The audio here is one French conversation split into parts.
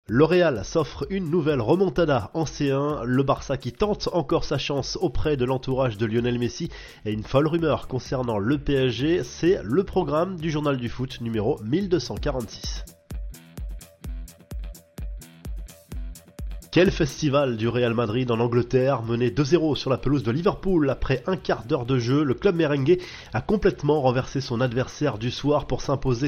Le Real s'offre une nouvelle remontada en C1, le Barça qui tente encore sa chance auprès de l'entourage de Lionel Messi et une folle rumeur concernant le PSG, c'est le programme du journal du foot numéro 1246. Quel festival du Real Madrid en Angleterre, mené 2-0 sur la pelouse de Liverpool après un quart d'heure de jeu, le club merengue a complètement renversé son adversaire du soir pour s'imposer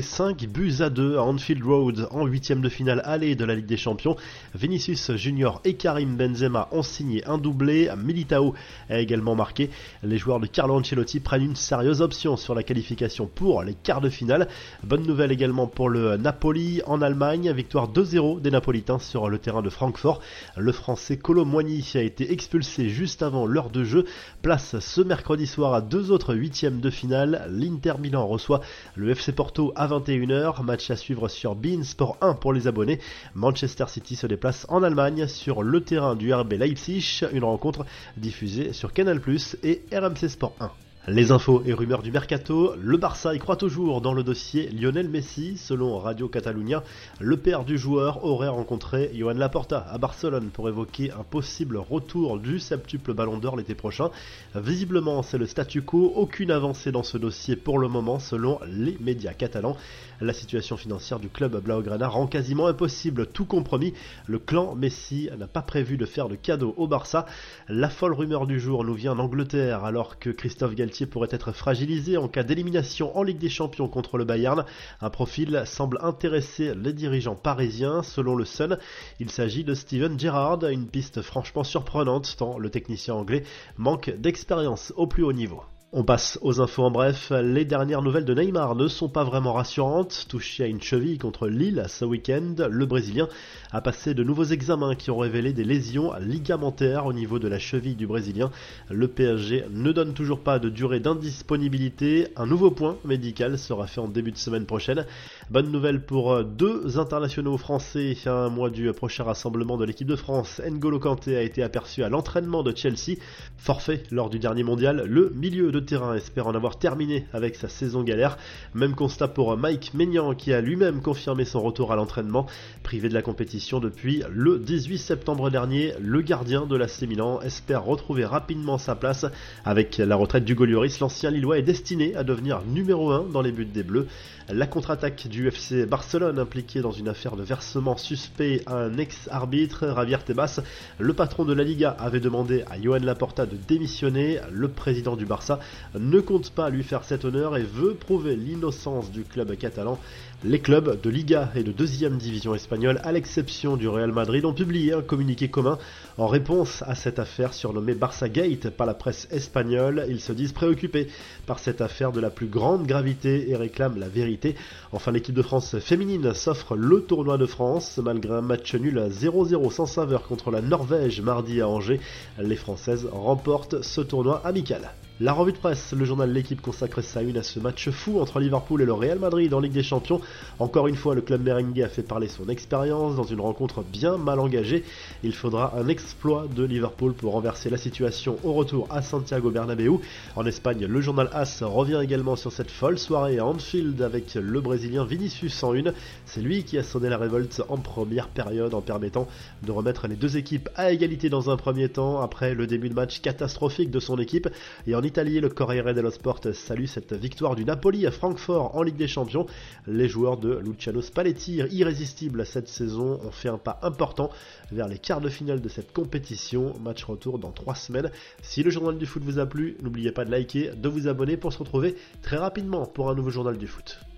5-2 à Anfield Road en huitième de finale aller de la Ligue des Champions. Vinicius Junior et Karim Benzema ont signé un doublé, Militao a également marqué. Les joueurs de Carlo Ancelotti prennent une sérieuse option sur la qualification pour les quarts de finale. Bonne nouvelle également pour le Napoli en Allemagne, victoire 2-0 des Napolitains sur le terrain de Francfort. Le français Kolo Muani a été expulsé juste avant l'heure de jeu. Place ce mercredi soir à deux autres huitièmes de finale. L'Inter Milan reçoit le FC Porto à 21h. Match à suivre sur beIN Sport 1 pour les abonnés. Manchester City se déplace en Allemagne sur le terrain du RB Leipzig. Une rencontre diffusée sur Canal+ et RMC Sport 1. Les infos et rumeurs du mercato, le Barça y croit toujours dans le dossier Lionel Messi. Selon Radio Catalunya, le père du joueur aurait rencontré Joan Laporta à Barcelone pour évoquer un possible retour du septuple Ballon d'Or l'été prochain. Visiblement, c'est le statu quo, aucune avancée dans ce dossier pour le moment selon les médias catalans. La situation financière du club Blaugrana rend quasiment impossible tout compromis. Le clan Messi n'a pas prévu de faire de cadeau au Barça. La folle rumeur du jour nous vient d'Angleterre alors que Christophe Galtier pourrait être fragilisé en cas d'élimination en Ligue des Champions contre le Bayern. Un profil semble intéresser les dirigeants parisiens. Selon le Sun, il s'agit de Steven Gerrard, une piste franchement surprenante tant le technicien anglais manque d'expérience au plus haut niveau. On passe aux infos en bref. Les dernières nouvelles de Neymar ne sont pas vraiment rassurantes. Touché à une cheville contre Lille ce week-end, le Brésilien a passé de nouveaux examens qui ont révélé des lésions ligamentaires au niveau de la cheville du Brésilien. Le PSG ne donne toujours pas de durée d'indisponibilité. Un nouveau point médical sera fait en début de semaine prochaine. Bonne nouvelle pour deux internationaux français. À un mois du prochain rassemblement de l'équipe de France, N'Golo Kanté a été aperçu à l'entraînement de Chelsea. Forfait lors du dernier mondial, le milieu de terrain espère en avoir terminé avec sa saison galère. Même constat pour Mike Maignan qui a lui-même confirmé son retour à l'entraînement. Privé de la compétition depuis le 18 septembre dernier, le gardien de l'AC Milan espère retrouver rapidement sa place. Avec la retraite d'Hugo Lloris, l'ancien Lillois est destiné à devenir numéro 1 dans les buts des Bleus. La contre-attaque du FC Barcelone impliquée dans une affaire de versement suspect à un ex-arbitre, Javier Tebas. Le patron de la Liga avait demandé à Joan Laporta de démissionner. Le président du Barça ne compte pas lui faire cet honneur et veut prouver l'innocence du club catalan. Les clubs de Liga et de deuxième division espagnole, à l'exception du Real Madrid, ont publié un communiqué commun en réponse à cette affaire surnommée Barça Gate par la presse espagnole. Ils se disent préoccupés par cette affaire de la plus grande gravité et réclament la vérité. Enfin, l'équipe de France féminine s'offre le tournoi de France. Malgré un match nul à 0-0 sans saveur contre la Norvège mardi à Angers, les Françaises remportent ce tournoi amical. La revue de presse, le journal L'Équipe consacre sa une à ce match fou entre Liverpool et le Real Madrid en Ligue des Champions. Encore une fois, le club merengue a fait parler son expérience dans une rencontre bien mal engagée. Il faudra un exploit de Liverpool pour renverser la situation au retour à Santiago Bernabéu. En Espagne, le journal AS revient également sur cette folle soirée à Anfield avec le Brésilien Vinicius en une. C'est lui qui a sonné la révolte en première période en permettant de remettre les deux équipes à égalité dans un premier temps après le début de match catastrophique de son équipe. Et en Italie, le Corriere dello Sport salue cette victoire du Napoli à Francfort en Ligue des Champions. Les joueurs de Luciano Spalletti, irrésistibles cette saison, ont fait un pas important vers les quarts de finale de cette compétition. Match retour dans 3 semaines. Si le journal du foot vous a plu, n'oubliez pas de liker, de vous abonner pour se retrouver très rapidement pour un nouveau journal du foot.